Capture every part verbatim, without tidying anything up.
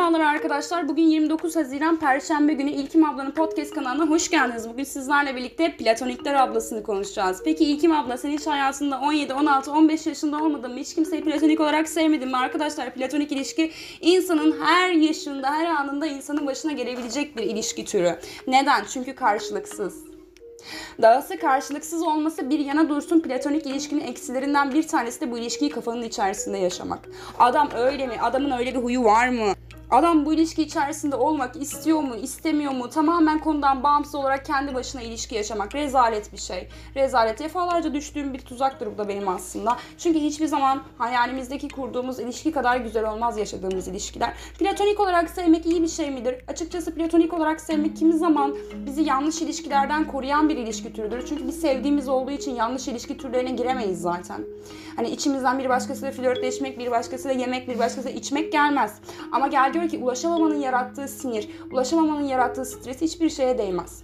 Merhabalar arkadaşlar. Bugün yirmi dokuz Haziran Perşembe günü İlkim Abla'nın podcast kanalına hoş geldiniz. Bugün sizlerle birlikte Platonikler ablasını konuşacağız. Peki İlkim abla, sen hiç hayatında on yedi, on altı, on beş yaşında olmadın mı? Hiç kimseyi platonik olarak sevmedin mi? Arkadaşlar, platonik ilişki insanın her yaşında, her anında insanın başına gelebilecek bir ilişki türü. Neden? Çünkü karşılıksız. Dahası karşılıksız olması bir yana dursun, platonik ilişkinin eksilerinden bir tanesi de bu ilişkiyi kafanın içerisinde yaşamak. Adam öyle mi? Adamın öyle bir huyu var mı? Adam bu ilişki içerisinde olmak istiyor mu, istemiyor mu? Tamamen konudan bağımsız olarak kendi başına ilişki yaşamak. Rezalet bir şey. Rezalet. Defalarca düştüğüm bir tuzaktır bu da benim aslında. Çünkü hiçbir zaman hayalimizdeki kurduğumuz ilişki kadar güzel olmaz yaşadığımız ilişkiler. Platonik olarak sevmek iyi bir şey midir? Açıkçası platonik olarak sevmek kimi zaman bizi yanlış ilişkilerden koruyan bir ilişki türüdür. Çünkü biz sevdiğimiz olduğu için yanlış ilişki türlerine giremeyiz zaten. Hani içimizden bir başkasıyla flörtleşmek, bir başkasıyla yemek, bir başkasıyla içmek gelmez. Ama gel diyor ki ulaşamamanın yarattığı sinir, ulaşamamanın yarattığı stres hiçbir şeye değmez.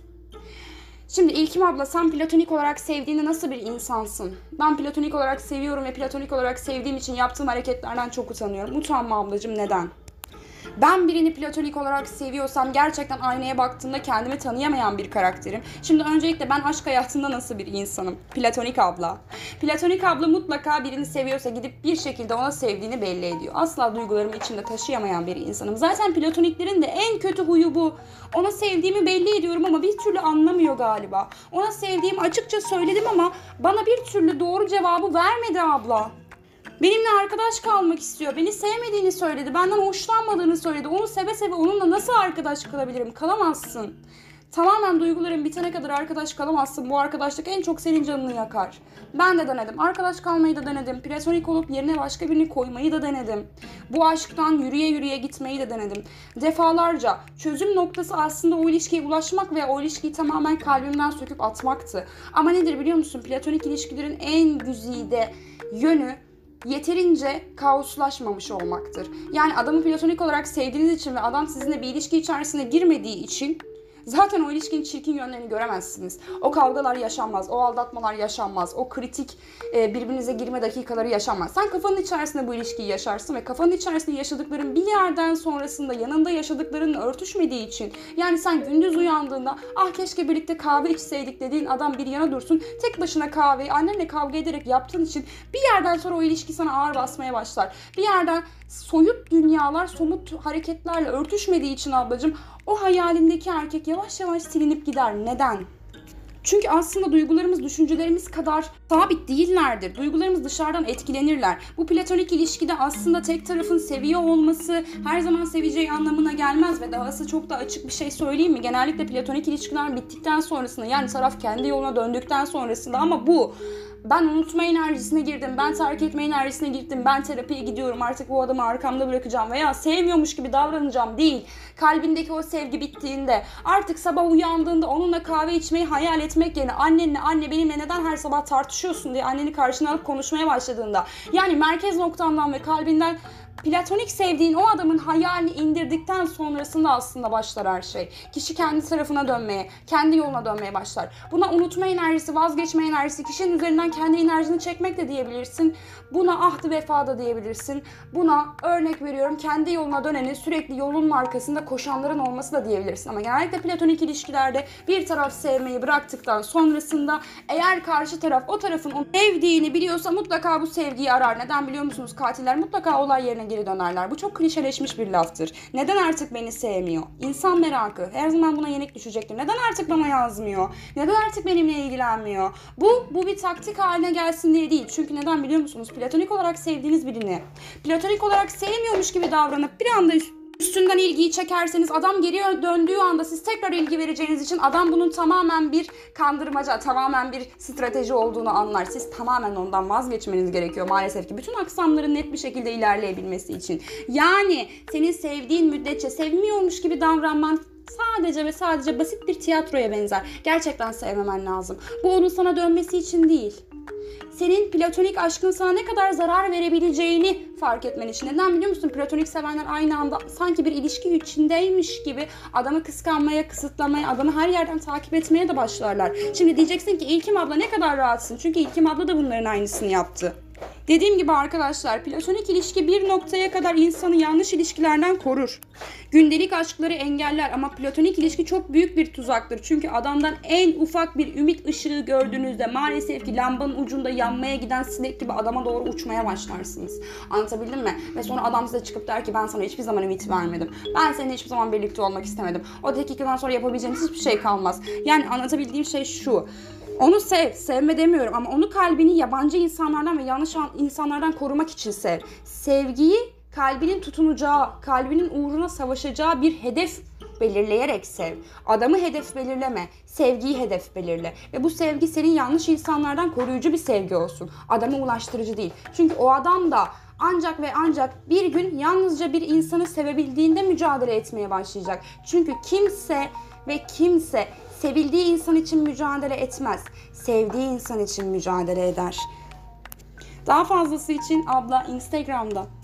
Şimdi İlkim abla, sen platonik olarak sevdiğinde nasıl bir insansın? Ben platonik olarak seviyorum ve platonik olarak sevdiğim için yaptığım hareketlerden çok utanıyorum. Utanma ablacığım, neden? Ben birini platonik olarak seviyorsam gerçekten aynaya baktığımda kendimi tanıyamayan bir karakterim. Şimdi öncelikle ben aşk hayatında nasıl bir insanım? Platonik abla. Platonik abla mutlaka birini seviyorsa gidip bir şekilde ona sevdiğini belli ediyor. Asla duygularımı içimde taşıyamayan bir insanım. Zaten platoniklerin de en kötü huyu bu. Ona sevdiğimi belli ediyorum ama bir türlü anlamıyor galiba. Ona sevdiğimi açıkça söyledim ama bana bir türlü doğru cevabı vermedi abla. Benimle arkadaş kalmak istiyor. Beni sevmediğini söyledi. Benden hoşlanmadığını söyledi. Onu seve seve onunla nasıl arkadaş kalabilirim? Kalamazsın. Tamamen duyguların bitene kadar arkadaş kalamazsın. Bu arkadaşlık en çok senin canını yakar. Ben de denedim. Arkadaş kalmayı da denedim. Platonik olup yerine başka birini koymayı da denedim. Bu aşktan yürüye yürüye gitmeyi de denedim. Defalarca. Çözüm noktası aslında o ilişkiye ulaşmak ve o ilişkiyi tamamen kalbimden söküp atmaktı. Ama nedir biliyor musun? Platonik ilişkilerin en güzide yönü yeterince kaoslaşmamış olmaktır. Yani adamı platonik olarak sevdiğiniz için ve adam sizinle bir ilişki içerisine girmediği için zaten o ilişkinin çirkin yönlerini göremezsiniz. O kavgalar yaşanmaz, o aldatmalar yaşanmaz, o kritik e, birbirinize girme dakikaları yaşanmaz. Sen kafanın içerisinde bu ilişkiyi yaşarsın ve kafanın içerisinde yaşadıkların bir yerden sonrasında yanında yaşadıklarının örtüşmediği için, yani sen gündüz uyandığında ah keşke birlikte kahve içseydik dediğin adam bir yana dursun, tek başına kahveyi annenle kavga ederek yaptığın için bir yerden sonra o ilişki sana ağır basmaya başlar. Bir yerden soyut dünyalar somut hareketlerle örtüşmediği için ablacığım o hayalindeki erkek yavaş yavaş silinip gider. Neden? Çünkü aslında duygularımız düşüncelerimiz kadar sabit değillerdir. Duygularımız dışarıdan etkilenirler. Bu platonik ilişkide aslında tek tarafın seviyor olması her zaman seveceği anlamına gelmez ve dahası çok da açık bir şey söyleyeyim mi? Genellikle platonik ilişkiler bittikten sonrasında, yani taraf kendi yoluna döndükten sonrasında, ama bu ben unutma enerjisine girdim, ben terk etme enerjisine girdim, ben terapiye gidiyorum, artık bu adamı arkamda bırakacağım veya sevmiyormuş gibi davranacağım değil. Kalbindeki o sevgi bittiğinde, artık sabah uyandığında onunla kahve içmeyi hayal etmek yerine annenle, anne benimle neden her sabah tartışıyorsun diye anneni karşına alıp konuşmaya başladığında, yani merkez noktandan ve kalbinden platonik sevdiğin o adamın hayalini indirdikten sonrasında aslında başlar her şey. Kişi kendi tarafına dönmeye, kendi yoluna dönmeye başlar. Buna unutma enerjisi, vazgeçme enerjisi, kişinin üzerinden kendi enerjini çekmek de diyebilirsin. Buna ahdı vefa da diyebilirsin. Buna örnek veriyorum kendi yoluna dönenin, sürekli yolunun arkasında koşanların olması da diyebilirsin. Ama genellikle platonik ilişkilerde bir taraf sevmeyi bıraktıktan sonrasında eğer karşı taraf o tarafın onu sevdiğini biliyorsa mutlaka bu sevgiyi arar. Neden biliyor musunuz? Katiller mutlaka olay yerine geri dönerler. Bu çok klişeleşmiş bir laftır. Neden artık beni sevmiyor? İnsan merakı. Her zaman buna yenik düşecektir. Neden artık bana yazmıyor? Neden artık benimle ilgilenmiyor? Bu, bu bir taktik haline gelsin diye değil. Çünkü neden biliyor musunuz? Platonik olarak sevdiğiniz birini platonik olarak sevmiyormuş gibi davranıp bir anda üst üstünden ilgiyi çekerseniz, adam geri döndüğü anda siz tekrar ilgi vereceğiniz için adam bunun tamamen bir kandırmaca, tamamen bir strateji olduğunu anlar. Siz tamamen ondan vazgeçmeniz gerekiyor maalesef ki bütün aksamların net bir şekilde ilerleyebilmesi için. Yani senin sevdiğin müddetçe sevmiyormuş gibi davranman sadece ve sadece basit bir tiyatroya benzer. Gerçekten sevmemen lazım. Bu onun sana dönmesi için değil. Senin platonik aşkın sana ne kadar zarar verebileceğini fark etmen için. Neden biliyor musun? Platonik sevenler aynı anda sanki bir ilişki içindeymiş gibi adamı kıskanmaya, kısıtlamaya, adamı her yerden takip etmeye de başlarlar. Şimdi diyeceksin ki İlkim abla ne kadar rahatsın. Çünkü İlkim abla da bunların aynısını yaptı. Dediğim gibi arkadaşlar, platonik ilişki bir noktaya kadar insanı yanlış ilişkilerden korur. Gündelik aşkları engeller ama platonik ilişki çok büyük bir tuzaktır. Çünkü adamdan en ufak bir ümit ışığı gördüğünüzde maalesef ki lambanın ucunda yanmaya giden sinek gibi adama doğru uçmaya başlarsınız. Anlatabildim mi? Ve sonra adam size çıkıp der ki ben sana hiçbir zaman ümit vermedim. Ben seninle hiçbir zaman birlikte olmak istemedim. O dakikadan sonra yapabileceğiniz hiçbir şey kalmaz. Yani anlatabildiğim şey şu. Onu sev, sevme demiyorum ama onu kalbini yabancı insanlardan ve yanlış insanlardan korumak için sev. Sevgiyi kalbinin tutunacağı, kalbinin uğruna savaşacağı bir hedef belirleyerek sev. Adamı hedef belirleme, sevgiyi hedef belirle. Ve bu sevgi senin yanlış insanlardan koruyucu bir sevgi olsun. Adama ulaştırıcı değil. Çünkü o adam da ancak ve ancak bir gün yalnızca bir insanı sevebildiğinde mücadele etmeye başlayacak. Çünkü kimse ve kimse sevildiği insan için mücadele etmez. Sevdiği insan için mücadele eder. Daha fazlası için abla Instagram'da.